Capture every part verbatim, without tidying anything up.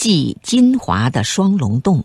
祭金华的双龙洞。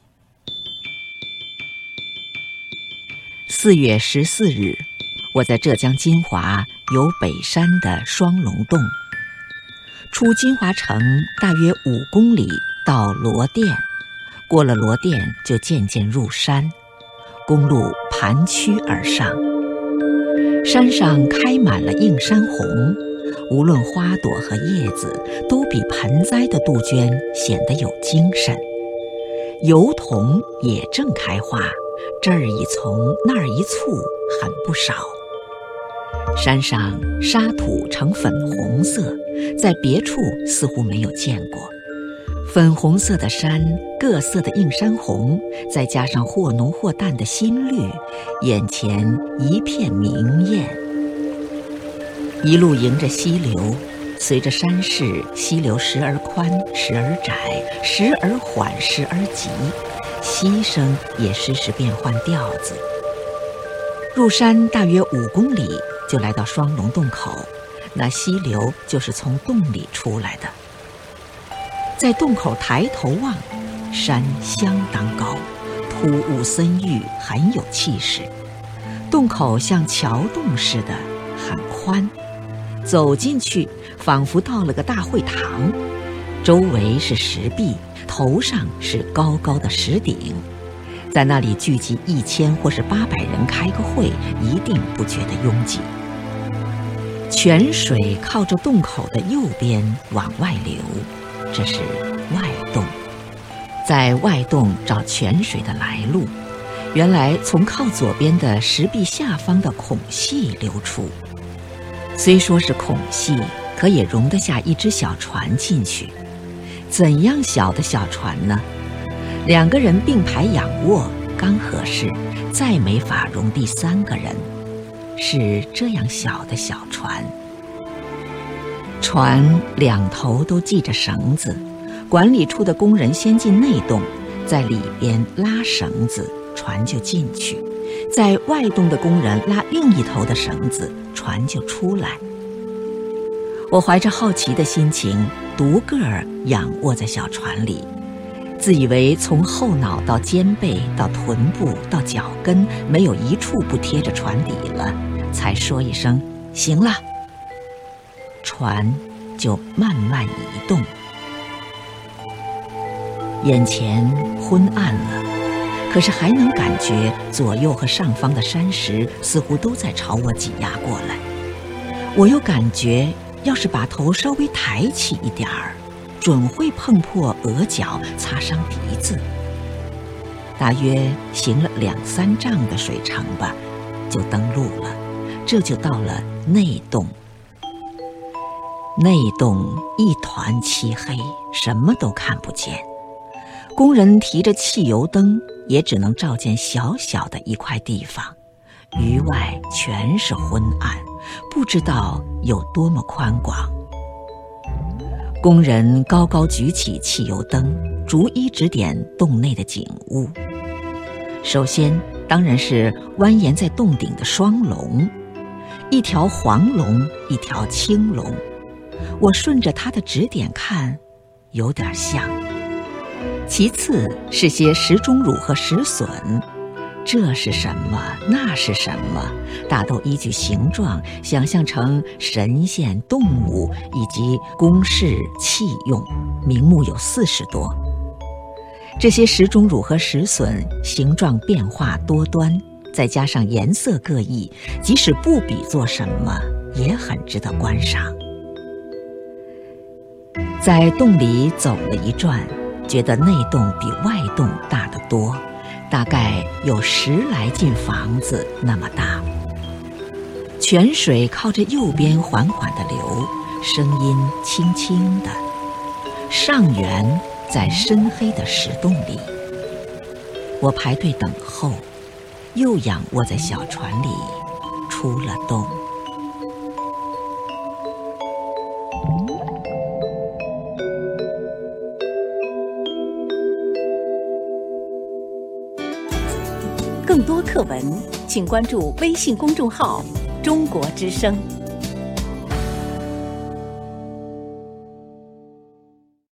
四月十四日，我在浙江金华游北山的双龙洞。出金华城大约五公里到罗店，过了罗店就渐渐入山，公路盘曲而上。山上开满了映山红，无论花朵和叶子都比盆栽的杜鹃显得有精神。油桐也正开花，这儿一丛那儿一簇，很不少。山上沙土呈粉红色，在别处似乎没有见过。粉红色的山，各色的映山红，再加上或浓或淡的新绿，眼前一片明艳。一路迎着溪流，随着山势，溪流时而宽，时而窄，时而缓，时而急，溪声也时时变换调子。入山大约五公里，就来到双龙洞口，那溪流就是从洞里出来的。在洞口抬头望，山相当高，突兀森郁，很有气势。洞口像桥洞似的，很宽，走进去仿佛到了个大会堂，周围是石壁，头上是高高的石顶，在那里聚集一千或是八百人开个会，一定不觉得拥挤。泉水靠着洞口的右边往外流，这是外洞。在外洞找泉水的来路，原来从靠左边的石壁下方的孔隙流出。虽说是孔隙，可也容得下一只小船进去。怎样小的小船呢？两个人并排仰卧刚合适，再没法容第三个人。是这样小的小船。船两头都系着绳子，管理处的工人先进内洞，在里边拉绳子，船就进去；在外洞的工人拉另一头的绳子，船就出来。我怀着好奇的心情，独个儿仰卧在小船里，自以为从后脑到肩背到臀部到脚跟没有一处不贴着船底了，才说一声行了，船就慢慢移动。眼前昏暗了，可是还能感觉左右和上方的山石似乎都在朝我挤压过来。我又感觉要是把头稍微抬起一点儿，准会碰破额角，擦伤鼻子。大约行了两三丈的水程吧，就登陆了。这就到了内洞。内洞一团漆黑，什么都看不见。工人提着汽油灯，也只能照见小小的一块地方，余外全是昏暗，不知道有多么宽广。工人高高举起汽油灯，逐一指点洞内的景物。首先当然是蜿蜒在洞顶的双龙，一条黄龙，一条青龙。我顺着它的指点看，有点像。其次是些石钟乳和石笋，这是什么，那是什么，大都依据形状想象成神仙、动物以及宫室器用，名目有四十多。这些石钟乳和石笋形状变化多端，再加上颜色各异，即使不比作什么，也很值得观赏。在洞里走了一转，觉得内洞比外洞大得多，大概有十来进房子那么大。泉水靠着右边缓缓地流，声音轻轻的。上源在深黑的石洞里，我排队等候，又仰卧在小船里，出了洞。 更多课文，请关注微信公众号“中国之声”。